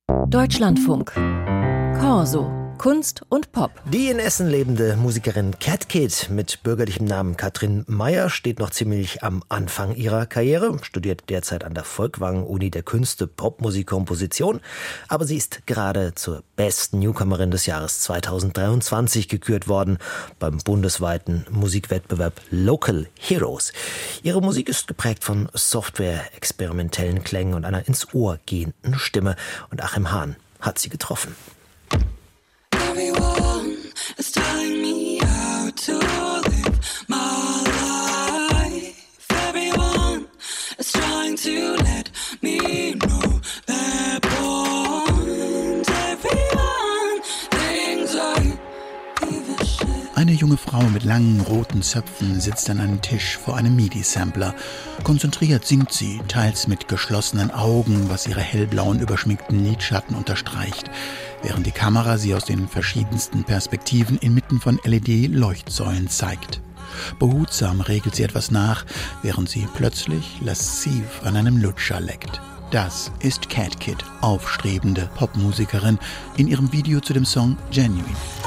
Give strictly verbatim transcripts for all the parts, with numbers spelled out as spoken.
Deutschlandfunk. Corso. Kunst und Pop. Die in Essen lebende Musikerin Cat Kid mit bürgerlichem Namen Katrin Meyer steht noch ziemlich am Anfang ihrer Karriere, studiert derzeit an der Folkwang-Uni der Künste Popmusikkomposition, aber sie ist gerade zur besten Newcomerin des Jahres zweitausenddreiundzwanzig gekürt worden beim bundesweiten Musikwettbewerb Local Heroes. Ihre Musik ist geprägt von Software, experimentellen Klängen und einer ins Ohr gehenden Stimme. Und Achim Hahn hat sie getroffen. Everyone is telling me how to live my life. Everyone is trying to let me know their point. Everyone thinks I give a shit. Eine junge Frau mit langen roten Zöpfen sitzt an einem Tisch vor einem MIDI-Sampler. Konzentriert singt sie, teils mit geschlossenen Augen, was ihre hellblauen überschminkten Lidschatten unterstreicht, während die Kamera sie aus den verschiedensten Perspektiven inmitten von L E D-Leuchtsäulen zeigt. Behutsam regelt sie etwas nach, während sie plötzlich lasziv an einem Lutscher leckt. Das ist Cat Kid, aufstrebende Popmusikerin, in ihrem Video zu dem Song Genuine.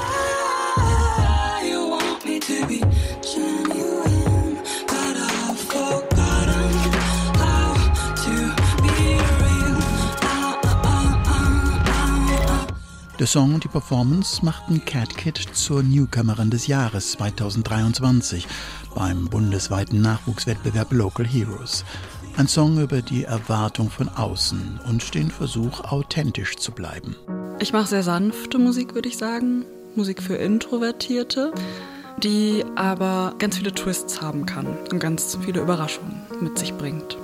Der Song und die Performance machten Cat Kid zur Newcomerin des Jahres zweitausenddreiundzwanzig beim bundesweiten Nachwuchswettbewerb Local Heroes. Ein Song über die Erwartung von außen und den Versuch, authentisch zu bleiben. Ich mache sehr sanfte Musik, würde ich sagen. Musik für Introvertierte, die aber ganz viele Twists haben kann und ganz viele Überraschungen mit sich bringt.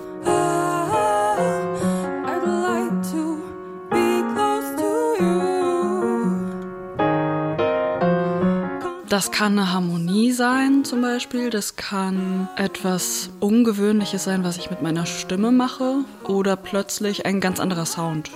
Das kann eine Harmonie sein zum Beispiel, das kann etwas Ungewöhnliches sein, was ich mit meiner Stimme mache, oder plötzlich ein ganz anderer Sound.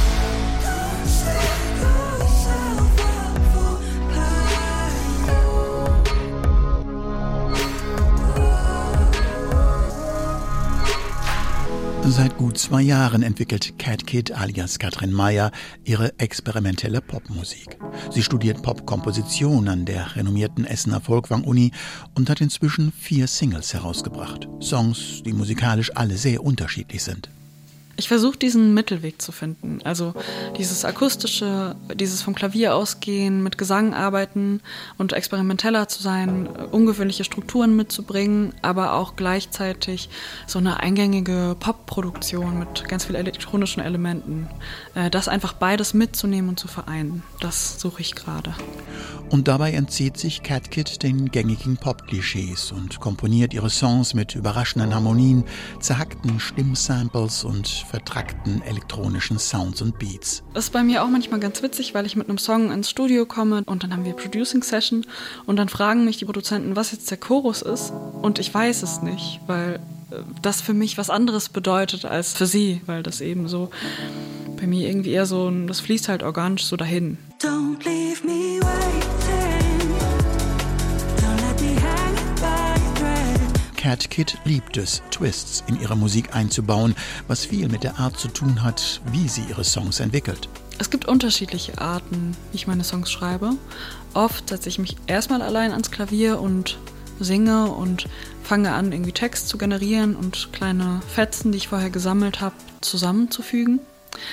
Seit gut zwei Jahren entwickelt Cat Kid alias Katrin Meyer ihre experimentelle Popmusik. Sie studiert Popkomposition an der renommierten Essener Folkwang-Uni und hat inzwischen vier Singles herausgebracht. Songs, die musikalisch alle sehr unterschiedlich sind. Ich versuche, diesen Mittelweg zu finden. Also dieses akustische, dieses vom Klavier ausgehen, mit Gesang arbeiten und experimenteller zu sein, ungewöhnliche Strukturen mitzubringen, aber auch gleichzeitig so eine eingängige Popproduktion mit ganz vielen elektronischen Elementen. Das einfach beides mitzunehmen und zu vereinen, das suche ich gerade. Und dabei entzieht sich Cat Kid den gängigen Pop-Klischees und komponiert ihre Songs mit überraschenden Harmonien, zerhackten Stimmsamples und vertrackten elektronischen Sounds und Beats. Das ist bei mir auch manchmal ganz witzig, weil ich mit einem Song ins Studio komme und dann haben wir Producing-Session und dann fragen mich die Produzenten, was jetzt der Chorus ist, und ich weiß es nicht, weil das für mich was anderes bedeutet als für sie, weil das eben so bei mir irgendwie eher so, das fließt halt organisch so dahin. Don't leave me waiting. Don't let me hang by a thread. Cat Kid liebt es, Twists in ihre Musik einzubauen, was viel mit der Art zu tun hat, wie sie ihre Songs entwickelt. Es gibt unterschiedliche Arten, wie ich meine Songs schreibe. Oft setze ich mich erstmal allein ans Klavier und singe und fange an, irgendwie Text zu generieren und kleine Fetzen, die ich vorher gesammelt habe, zusammenzufügen.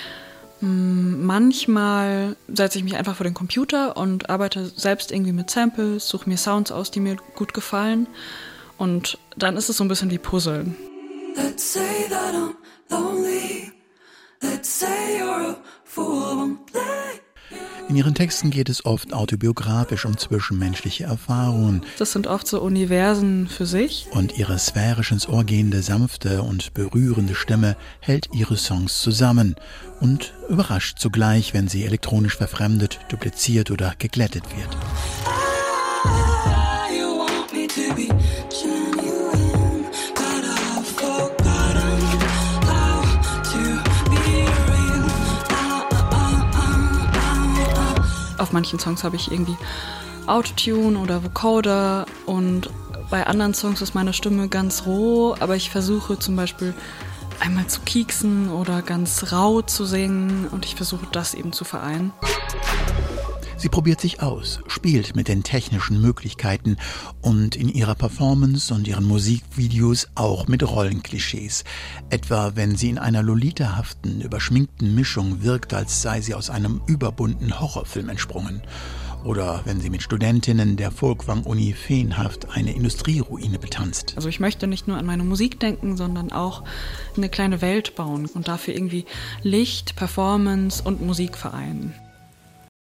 Manchmal setze ich mich einfach vor den Computer und arbeite selbst irgendwie mit Samples, suche mir Sounds aus, die mir gut gefallen. Und dann ist es so ein bisschen wie Puzzeln. Let's say that I'm lonely. Let's say you're a fool, won't play. In ihren Texten geht es oft autobiografisch um zwischenmenschliche Erfahrungen. Das sind oft so Universen für sich. Und ihre sphärisch ins Ohr gehende, sanfte und berührende Stimme hält ihre Songs zusammen und überrascht zugleich, wenn sie elektronisch verfremdet, dupliziert oder geglättet wird. Ah, you want me to be genuine, but I've forgotten how to be real. Ah, ah, ah, ah, ah. Auf manchen Songs habe ich irgendwie Autotune oder Vocoder und bei anderen Songs ist meine Stimme ganz roh, aber ich versuche zum Beispiel einmal zu kieksen oder ganz rau zu singen und ich versuche das eben zu vereinen. Sie probiert sich aus, spielt mit den technischen Möglichkeiten und in ihrer Performance und ihren Musikvideos auch mit Rollenklischees. Etwa wenn sie in einer lolitahaften, überschminkten Mischung wirkt, als sei sie aus einem überbunten Horrorfilm entsprungen. Oder wenn sie mit Studentinnen der Folkwang-Uni feenhaft eine Industrieruine betanzt. Also ich möchte nicht nur an meine Musik denken, sondern auch eine kleine Welt bauen und dafür irgendwie Licht, Performance und Musik vereinen.